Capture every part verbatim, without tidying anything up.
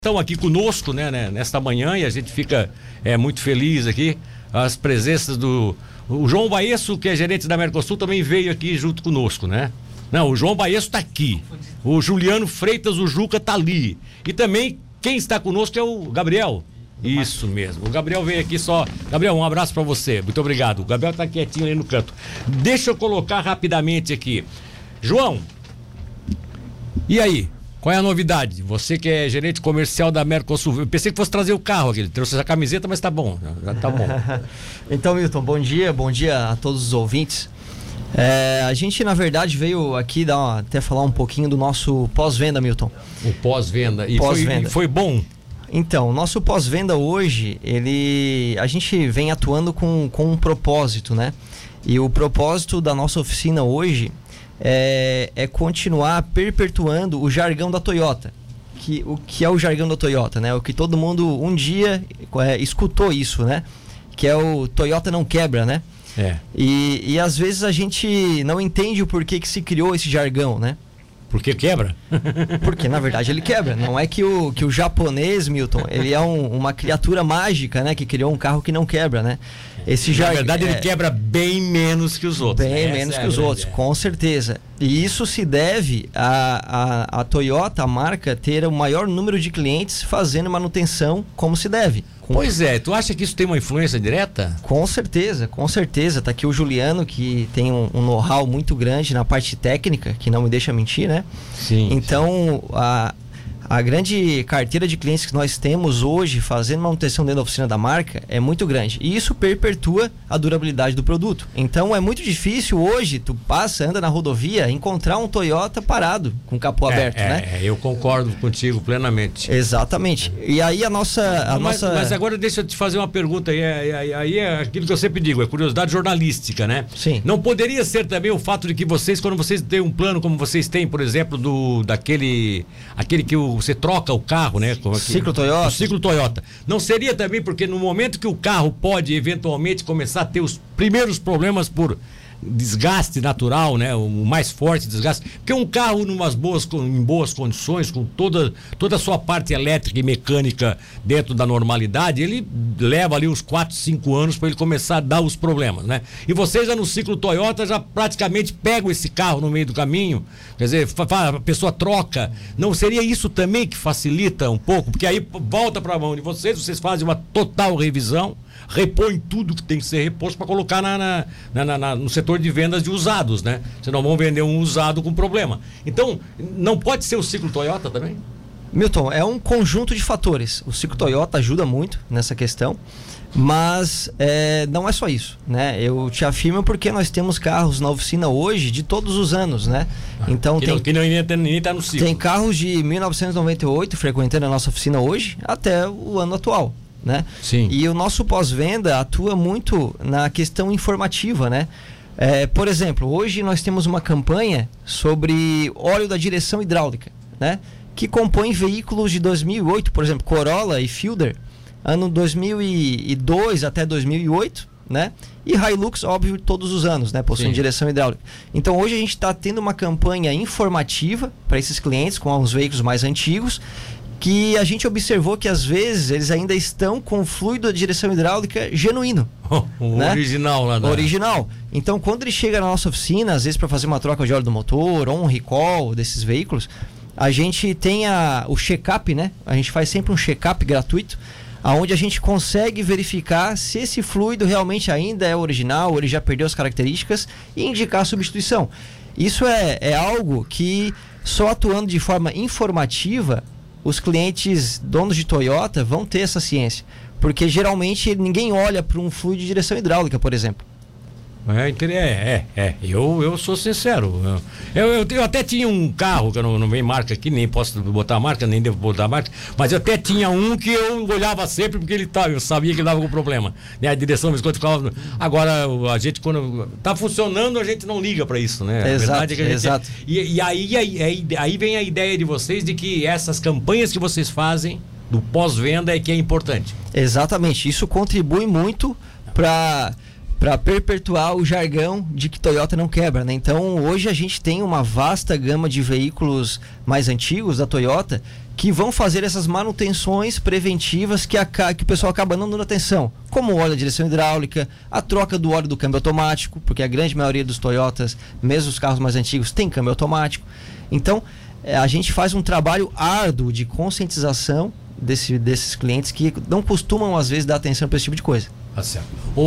Estão aqui conosco, né, né, nesta manhã, e a gente fica é, muito feliz aqui. As presenças do o João Baesso, que é gerente da Mercosul, também veio aqui junto conosco, né? Não, o João Baesso está aqui. O Juliano Freitas, o Juca, está ali. E também quem está conosco é o Gabriel. Isso mesmo. O Gabriel veio aqui só. Gabriel, um abraço para você. Muito obrigado. O Gabriel está quietinho ali no canto. Deixa eu colocar rapidamente aqui. João, e aí? Qual é a novidade? Você que é gerente comercial da Mercosul. Eu pensei que fosse trazer o carro aqui. Ele trouxe essa camiseta, mas tá bom. Já tá bom. Então, Milton, bom dia. Bom dia a todos os ouvintes. É, a gente, na verdade, veio aqui dar uma, até falar um pouquinho do nosso pós-venda, Milton. O pós-venda. E pós-venda. Foi, foi bom? Então, o nosso pós-venda hoje, ele, a gente vem atuando com, com um propósito, né? E o propósito da nossa oficina hoje É, é continuar perpetuando o jargão da Toyota. Que, o que é o jargão da Toyota, né? O que todo mundo um dia é, escutou isso, né? Que é o Toyota não quebra, né? É. E, e às vezes a gente não entende o porquê que se criou esse jargão, né? Porque quebra? Porque na verdade ele quebra. Não é que o, que o japonês, Milton, ele é um, uma criatura mágica, né? Que criou um carro que não quebra, né? Esse Na verdade, é, ele quebra bem menos que os outros. Bem Essa menos é que os outros, é. com certeza. E isso se deve a, a, a Toyota, a marca, ter o maior número de clientes fazendo manutenção como se deve. Com... Pois é, tu acha que isso tem uma influência direta? Com certeza, com certeza. Tá aqui o Juliano, que tem um, um know-how muito grande na parte técnica, que não me deixa mentir, né? Sim. Então, a... A grande carteira de clientes que nós temos hoje fazendo manutenção dentro da oficina da marca é muito grande. E isso perpetua a durabilidade do produto. Então é muito difícil hoje, tu passa, anda na rodovia, encontrar um Toyota parado, com o capô é, aberto, é, né? É, eu concordo contigo plenamente. Exatamente. E aí a nossa... A mas, nossa... mas agora deixa eu te fazer uma pergunta aí. Aí, aí é aquilo que eu sempre digo, é curiosidade jornalística, né? Sim. Não poderia ser também o fato de que vocês, quando vocês têm um plano como vocês têm, por exemplo, do daquele aquele que o você troca o carro, né? Como aqui, ciclo Toyota. O ciclo Toyota. Não seria também porque no momento que o carro pode eventualmente começar a ter os primeiros problemas por desgaste natural, né? O mais forte desgaste. Porque um carro numas boas, em boas condições, com toda, toda a sua parte elétrica e mecânica dentro da normalidade, ele leva ali uns quatro, cinco anos para ele começar a dar os problemas, né? E vocês já no ciclo Toyota já praticamente pegam esse carro no meio do caminho, quer dizer, a pessoa troca. Não seria isso também que facilita um pouco? Porque aí volta para a mão de vocês, vocês fazem uma total revisão, repõe tudo que tem que ser reposto para colocar na, na, na, na, no setor de vendas de usados, né? Vocês não vão vender um usado com problema. Então, não pode ser o ciclo Toyota também? Milton, é um conjunto de fatores. O ciclo Toyota ajuda muito nessa questão, mas é, não é só isso, né? Eu te afirmo porque nós temos carros na oficina hoje de todos os anos, né? Então que tem, não, que não nem, nem tá no ciclo. Tem carros de mil novecentos e noventa e oito frequentando a nossa oficina hoje até o ano atual, né? Sim. E o nosso pós-venda atua muito na questão informativa, né? É, por exemplo, hoje nós temos uma campanha sobre óleo da direção hidráulica, né? Que compõe veículos de dois mil e oito, por exemplo, Corolla e Fielder, ano dois mil e dois até dois mil e oito, né? E Hilux, óbvio, todos os anos, né? Possuem direção hidráulica. Então hoje a gente está tendo uma campanha informativa para esses clientes com os veículos mais antigos, que a gente observou que às vezes eles ainda estão com fluido de direção hidráulica genuíno. O né? original lá da... Original. Então quando ele chega na nossa oficina, às vezes para fazer uma troca de óleo do motor ou um recall desses veículos, a gente tem a, o check-up, né? A gente faz sempre um check-up gratuito, onde a gente consegue verificar se esse fluido realmente ainda é original, ou ele já perdeu as características, e indicar a substituição. Isso é, é algo que só atuando de forma informativa os clientes donos de Toyota vão ter essa ciência, porque geralmente ninguém olha para um fluido de direção hidráulica, por exemplo. É, é, é, eu, eu sou sincero. Eu, eu, eu até tinha um carro, que eu não, não vem marca aqui, nem posso botar marca, nem devo botar marca, mas eu até tinha um que eu olhava sempre porque ele tava, eu sabia que ele dava com problema. Né? A direção, quando ficava. Agora, a gente, quando tá funcionando, a gente não liga para isso, né? A exato, verdade é que a gente. Exato. E, e aí, aí, aí vem a ideia de vocês de que essas campanhas que vocês fazem do pós-venda é que é importante. Exatamente. Isso contribui muito para para perpetuar o jargão de que Toyota não quebra, né? Então hoje a gente tem uma vasta gama de veículos mais antigos da Toyota que vão fazer essas manutenções preventivas que, a, que o pessoal acaba não dando atenção, como o óleo da direção hidráulica, a troca do óleo do câmbio automático, porque a grande maioria dos Toyotas, mesmo os carros mais antigos, tem câmbio automático. Então, é, a gente faz um trabalho árduo de conscientização desse, desses clientes que não costumam, às vezes, dar atenção para esse tipo de coisa. Tá certo.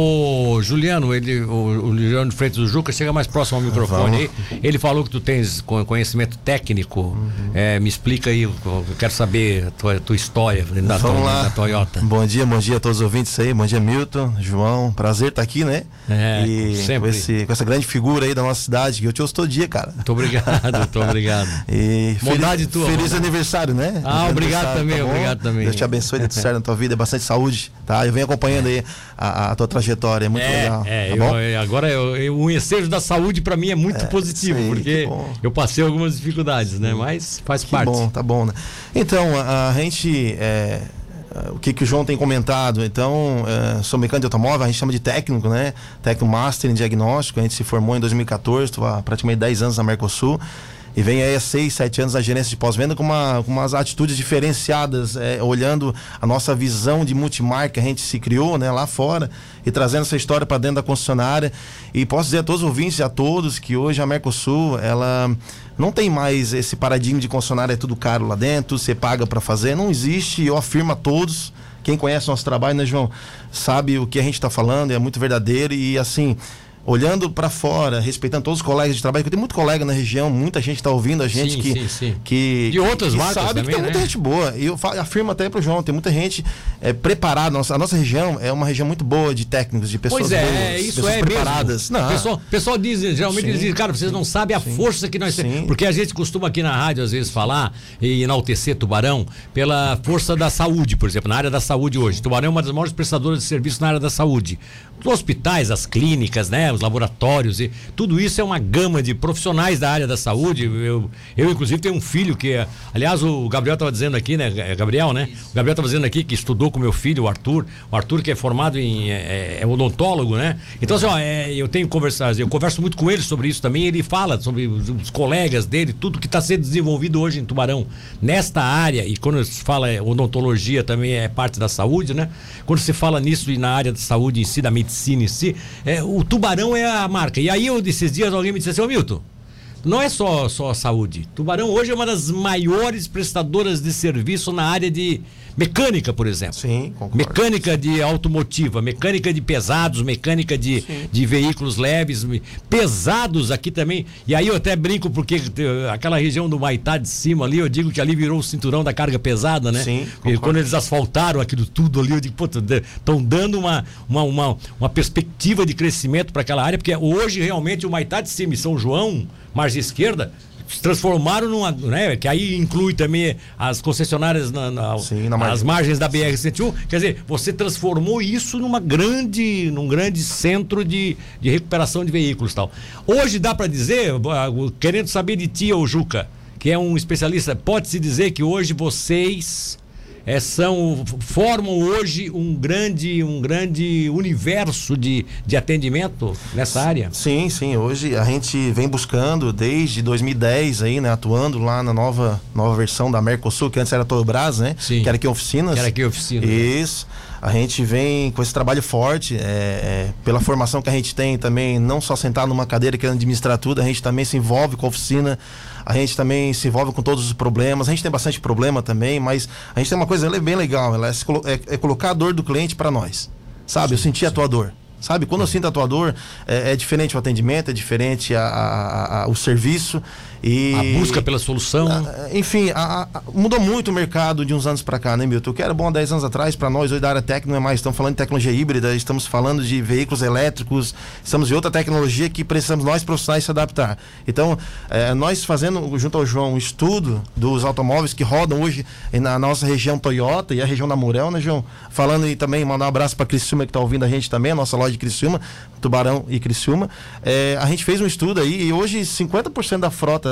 O Juliano, ele, o, o Juliano Freitas do Juca, chega mais próximo ao microfone aí. Ele falou que tu tens conhecimento técnico. Uhum. É, me explica aí, eu quero saber a tua, tua história da, Vamos tua, lá. da Toyota. Bom dia, bom dia a todos os ouvintes aí. Bom dia, Milton, João. Prazer estar aqui, né? É, e sempre. Com, esse, com essa grande figura aí da nossa cidade, que eu te ouço todo dia, cara. Muito obrigado, muito obrigado. E Bondade feliz, tua. Feliz bom. aniversário, né? Ah, obrigado aniversário, também, tá obrigado também. Deus te abençoe, dê tudo certo na tua vida, bastante saúde, tá? Eu venho acompanhando aí a, a tua trajetória, é muito é, legal. É, tá eu, bom? eu, agora eu, eu, o ensejo da saúde para mim é muito É, positivo, sim, porque que bom. eu passei algumas dificuldades, né? Mas faz Que parte. bom, tá bom, né? Então, a, a gente. É, o que, que o João tem comentado? Então, é, sou mecânico de automóvel, a gente chama de técnico, né? Técnico Master em Diagnóstico. A gente se formou em dois mil e quatorze, estou há praticamente dez anos na Mercosul. E vem aí há seis, sete anos na gerência de pós-venda com, uma, com umas atitudes diferenciadas, é, olhando a nossa visão de multimarca que a gente se criou, né, lá fora e trazendo essa história para dentro da concessionária. E posso dizer a todos os ouvintes e a todos que hoje a Mercosul, ela não tem mais esse paradigma de concessionária, é tudo caro lá dentro, você paga para fazer. Não existe, eu afirmo a todos, quem conhece nosso trabalho, né, João, sabe o que a gente está falando, é muito verdadeiro e assim... Olhando para fora, respeitando todos os colegas de trabalho, porque tem muito colega na região, muita gente está ouvindo a gente sim, que, sim, sim. que de outras que marcas sabe também, que tem né? muita gente boa. E eu falo, afirmo até pro João, tem muita gente é, preparada. Nossa, a nossa região é uma região muito boa de técnicos, de pessoas Pois é, boas, isso pessoas é preparadas. mesmo. Não. O pessoal, pessoal diz, geralmente Sim. eles dizem, cara, vocês não sabem a Sim. força que nós Sim. temos. Porque a gente costuma aqui na rádio, às vezes, falar e enaltecer Tubarão pela força da saúde, por exemplo, na área da saúde hoje. Tubarão é uma das maiores prestadoras de serviço na área da saúde. Os hospitais, as clínicas, né, os laboratórios, e tudo isso é uma gama de profissionais da área da saúde. Eu, eu inclusive, tenho um filho que, é, aliás, o Gabriel estava dizendo aqui, né, Gabriel, né? O Gabriel estava dizendo aqui que estudou com meu filho, o Arthur, o Arthur que é formado em é, é odontólogo, né? Então, assim, ó, é, eu tenho conversado, eu converso muito com ele sobre isso também. Ele fala sobre os, os colegas dele, tudo que está sendo desenvolvido hoje em Tubarão nesta área. E quando se fala odontologia também é parte da saúde, né? Quando se fala nisso e na área da saúde em si, da medicina em si, é, o Tubarão é a marca. E aí, eu, esses dias, alguém me disse assim, ô Milton, não é só, só a saúde. Tubarão hoje é uma das maiores prestadoras de serviço na área de mecânica, por exemplo. Sim, concordo. Mecânica de automotiva, mecânica de pesados, mecânica de, de veículos leves, pesados aqui também. E aí eu até brinco porque aquela região do Maitá de cima ali, eu digo que ali virou o cinturão da carga pesada, né? Sim, e quando eles asfaltaram aquilo tudo ali, eu digo, pô, estão dando uma, uma, uma, uma perspectiva de crescimento para aquela área, porque hoje realmente o Maitá de cima e São João, margem esquerda, se transformaram numa, né, que aí inclui também as concessionárias na, na, Sim, na nas margem. margens da B R cento e um, quer dizer, você transformou isso numa grande, num grande centro de, de recuperação de veículos e tal. Hoje dá para dizer, querendo saber de ti, ô Juca, que é um especialista, pode-se dizer que hoje vocês É, são, formam hoje um grande, um grande universo de, de atendimento nessa área? Sim, sim. Hoje a gente vem buscando desde dois mil e dez aí, né? Atuando lá na nova, nova versão da Mercosul, que antes era Torobras, né? Sim. Que era aqui em oficinas. Que era aqui em oficina. Isso. A gente vem com esse trabalho forte, é, é, pela formação que a gente tem também, não só sentar numa cadeira querendo administrar tudo, a gente também se envolve com a oficina, a gente também se envolve com todos os problemas, a gente tem bastante problema também, mas a gente tem uma coisa bem legal, ela é, é, é colocar a dor do cliente para nós, sabe? Sim, eu senti sim. a tua dor. Sabe, quando eu sinto a tua dor, é, é diferente o atendimento, é diferente a, a, a, o serviço e... A busca pela solução. A, enfim, a, a, mudou muito o mercado de uns anos para cá, né, Milton? O que era bom há dez anos atrás, para nós, hoje da área técnica não é mais. Estamos falando de tecnologia híbrida, estamos falando de veículos elétricos, estamos em outra tecnologia que precisamos nós profissionais se adaptar. Então, é, nós fazendo, junto ao João, um estudo dos automóveis que rodam hoje na nossa região Toyota e a região da Murel, né, João? Falando e também mandar um abraço para a Criciúma que está ouvindo a gente também, a nossa loja de Criciúma, Tubarão e Criciúma. É, a gente fez um estudo aí e hoje cinquenta por cento da frota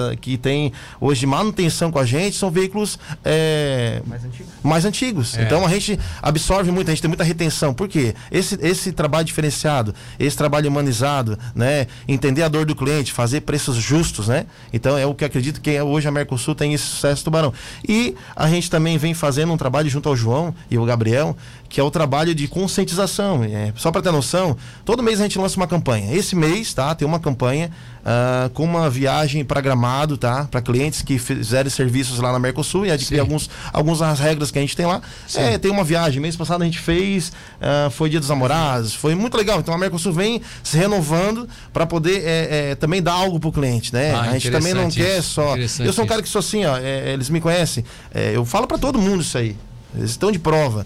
uh, que tem hoje manutenção com a gente são veículos é, mais antigos. Mais antigos. É. Então a gente absorve muito, a gente tem muita retenção. Por quê? Esse, esse trabalho diferenciado, esse trabalho humanizado, né? Entender a dor do cliente, fazer preços justos, né? Então é o que acredito que hoje a Mercosul tem esse sucesso Tubarão. E a gente também vem fazendo um trabalho junto ao João e o Gabriel, que é o trabalho de conscientização. É, só para ter noção, todo mês a gente lança uma campanha. Esse mês, tá? Tem uma campanha uh, com uma viagem para Gramado, tá? Para clientes que fizerem serviços lá na Mercosul e adquirir alguns, algumas regras que a gente tem lá. É, tem uma viagem. Mês passado a gente fez, uh, foi Dia dos Namorados, foi muito legal. Então a Mercosul vem se renovando para poder é, é, também dar algo pro cliente, né? Ah, a gente também não quer isso, só. Eu sou um cara que sou assim, ó. É, eles me conhecem. É, eu falo para todo mundo isso aí. Eles estão de prova.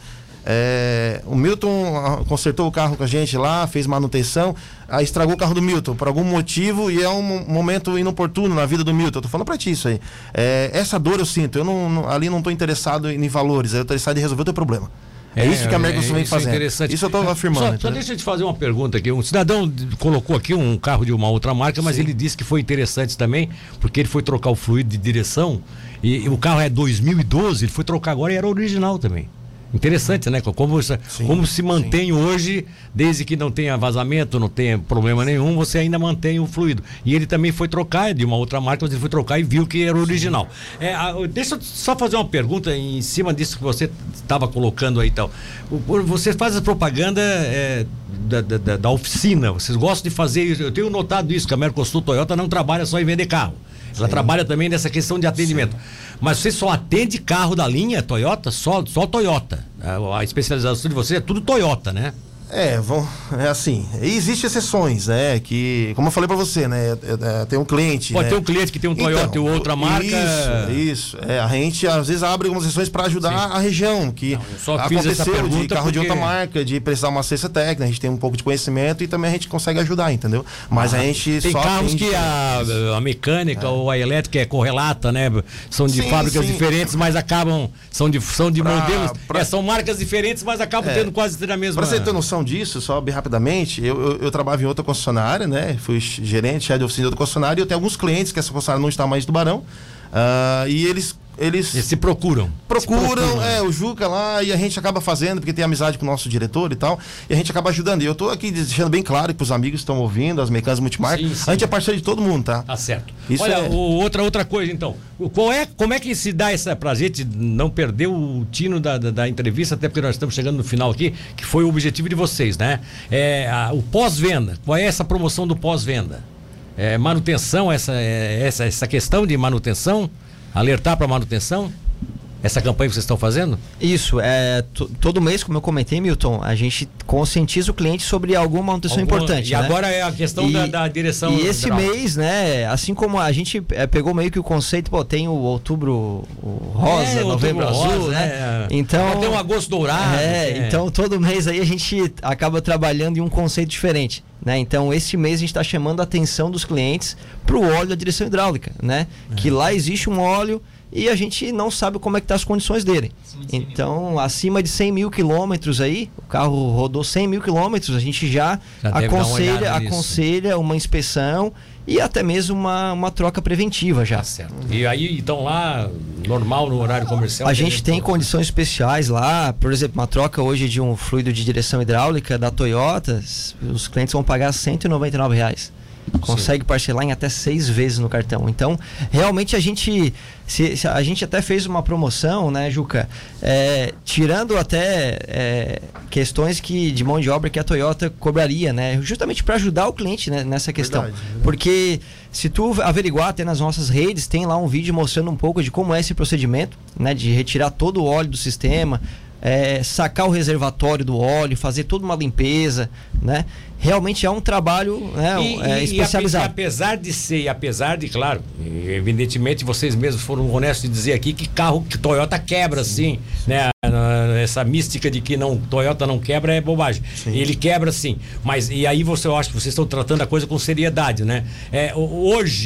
É, o Milton consertou o carro com a gente lá, fez manutenção, aí estragou o carro do Milton por algum motivo e é um momento inoportuno na vida do Milton. Eu tô falando pra ti isso aí. É, essa dor eu sinto, eu não, não, ali não tô interessado em, em valores, eu tô interessado em resolver o teu problema. É, é isso que a Mercosul é, vem fazendo. É isso eu estou afirmando. Só, só deixa eu te fazer uma pergunta aqui. Um cidadão colocou aqui um carro de uma outra marca, mas Sim. ele disse que foi interessante também, porque ele foi trocar o fluido de direção e, e o carro é dois mil e doze, ele foi trocar agora e era original também. Interessante, né? Como, sim, como se mantém sim. hoje, desde que não tenha vazamento, não tenha problema nenhum, você ainda mantém o fluido. E ele também foi trocar de uma outra marca, mas ele foi trocar e viu que era original. É, a, deixa eu só fazer uma pergunta em cima disso que você estava colocando aí e tal. Você faz a propaganda é, da, da, da oficina, vocês gostam de fazer isso. Eu tenho notado isso, que a Mercosul Toyota não trabalha só em vender carro. Ela Sim. trabalha também nessa questão de atendimento. Sim. Mas você só atende carro da linha Toyota? Só, só Toyota. A, a especialização de você é tudo Toyota, né? É, vão, é assim, existem exceções, né, que, como eu falei pra você, né, é, é, tem um cliente... Pode né? ter um cliente que tem um Toyota então, e outra marca... Isso, isso, é, a gente às vezes abre algumas exceções para ajudar Sim. a região, que Não, aconteceu de carro porque... de outra marca, de precisar uma assistência técnica, a gente tem um pouco de conhecimento e também a gente consegue ajudar, entendeu? Mas ah, a gente tem só... Tem carros que a, a mecânica é. ou a elétrica é correlata, né, são de sim, fábricas sim. diferentes, mas acabam, são de, são de pra, modelos, pra... É, são marcas diferentes, mas acabam é. tendo quase a mesma... Pra você ter noção disso, só rapidamente, eu, eu, eu trabalhava em outra concessionária, né? Fui gerente, chefe de oficina de outra concessionária, e eu tenho alguns clientes que essa concessionária não está mais em Tubarão, uh, e eles Eles, eles se procuram. Procuram, se procuram, é, o Juca lá, e a gente acaba fazendo, porque tem amizade com o nosso diretor e tal, e a gente acaba ajudando. E eu tô aqui deixando bem claro que os amigos estão ouvindo, as mecânicas multimarcas, sim, sim. a gente é parceiro de todo mundo, tá? Tá certo. Isso Olha, é... o, outra, outra coisa então, qual é, como é que se dá essa, pra gente não perder o tino da, da, da entrevista, até porque nós estamos chegando no final aqui, que foi o objetivo de vocês, né? É, a, o pós-venda, qual é essa promoção do pós-venda? É, manutenção, essa, é, essa, essa questão de manutenção, alertar para manutenção? Essa campanha que vocês estão fazendo? Isso, é, todo mês, como eu comentei, Milton, a gente conscientiza o cliente sobre alguma manutenção alguma, importante. E né? agora é a questão e, da, da direção. E esse geral. mês, né, assim como a gente é, pegou meio que o conceito, pô, tem o outubro o rosa, é, novembro outubro azul, rosa, né? É. Então, tem um agosto dourado. É, é, então todo mês aí a gente acaba trabalhando em um conceito diferente. Né? Então, esse mês a gente está chamando a atenção dos clientes para o óleo da direção hidráulica, né? Uhum. Que lá existe um óleo e a gente não sabe como é que tá as condições dele. Então, acima de cem mil quilômetros aí, o carro rodou cem mil quilômetros, a gente já, já aconselha, uma aconselha uma inspeção e até mesmo uma, uma troca preventiva já. Tá certo. E aí, então lá, normal no horário comercial? A gente tem condições especiais lá, por exemplo, uma troca hoje de um fluido de direção hidráulica da Toyota, os clientes vão pagar cento e noventa e nove reais. Consegue Sim. parcelar em até seis vezes no cartão. Então, realmente a gente se, se a gente até fez uma promoção, né, Juca? É, tirando até é, questões que, de mão de obra que a Toyota cobraria, né? Justamente para ajudar o cliente, né, nessa questão. Verdade, verdade. Porque se tu averiguar até nas nossas redes, tem lá um vídeo mostrando um pouco de como é esse procedimento, né? De retirar todo o óleo do sistema, é, sacar o reservatório do óleo, fazer toda uma limpeza, né? Realmente é um trabalho, né, e, é, e, especializado. E apesar de ser, e apesar de, claro, evidentemente vocês mesmos foram honestos de dizer aqui que carro que Toyota quebra, sim, sim, né? Essa mística de que não, Toyota não quebra é bobagem. Sim. Ele quebra sim, mas e aí você, eu acho que vocês estão tratando a coisa com seriedade, né? É, hoje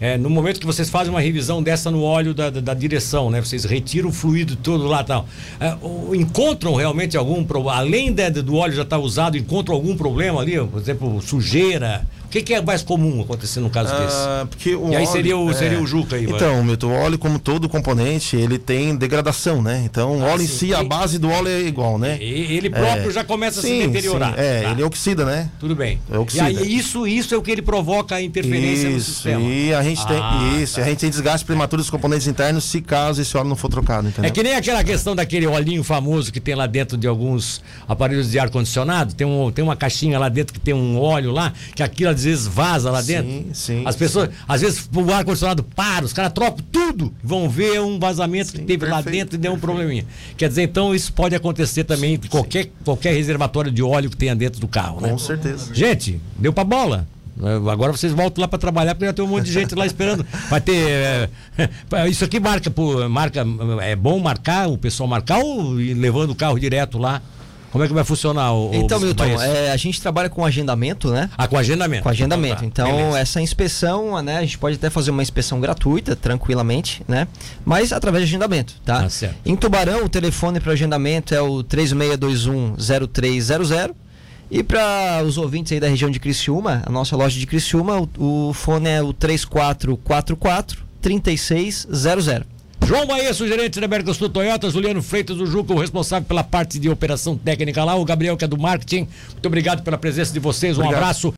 é, no momento que vocês fazem uma revisão dessa no óleo da, da, da direção, né? Vocês retiram o fluido todo lá e tal. É, o, encontram realmente algum problema, além de, do óleo já estar usado, encontram algum problema ali, por exemplo, sujeira? O que, que é mais comum acontecer no caso desse? Ah, porque o e aí óleo, seria o, é... seria o Juca aí. Então, Milton, o óleo, como todo componente, ele tem degradação, né? Então, o Ah, óleo sim. em si, a E- base do óleo é igual, né? E- Ele próprio É. já começa a Sim, se deteriorar. sim. É, Tá. ele oxida, né? Tudo bem. É oxida. E aí isso, isso é o que ele provoca a interferência no Isso, sistema. e a gente Ah, tem isso, tá. a gente tem desgaste prematuro dos componentes internos se caso esse óleo não for trocado, entendeu? É que nem aquela questão daquele olhinho famoso que tem lá dentro de alguns aparelhos de ar-condicionado. Tem, um, tem uma caixinha lá dentro que tem um óleo lá, que aquilo às vezes vaza lá dentro. Sim, sim. As pessoas, às vezes, o ar-condicionado para, os caras trocam tudo, vão ver um vazamento que Sim, teve lá perfeito, dentro e deu um perfeito. probleminha. Quer dizer, então isso pode acontecer também em qualquer, qualquer reservatório de óleo que tenha dentro do carro, né? Com certeza. Gente, deu pra bola. Agora vocês voltam lá para trabalhar, porque já tem um monte de gente lá esperando. Vai ter. É, isso aqui marca, por, marca. É bom marcar, o pessoal marcar ou ir levando o carro direto lá? Como é que vai funcionar o. Então, o, Milton, Baez? é, a gente trabalha com agendamento, né? Ah, com agendamento. Com agendamento. tá. Então, Beleza. essa inspeção, né? A gente pode até fazer uma inspeção gratuita, tranquilamente, né? Mas através de agendamento, tá? Tá certo. Em Tubarão, o telefone para agendamento é o três seis dois um zero três zero zero. E para os ouvintes aí da região de Criciúma, a nossa loja de Criciúma, o, o fone é o três quatro quatro quatro, três seis zero zero. João Baesso, gerente da Mercosul Toyota, Juliano Freitas, o Juca, o responsável pela parte de operação técnica lá, o Gabriel, que é do marketing. Muito obrigado pela presença de vocês, um Obrigado. abraço.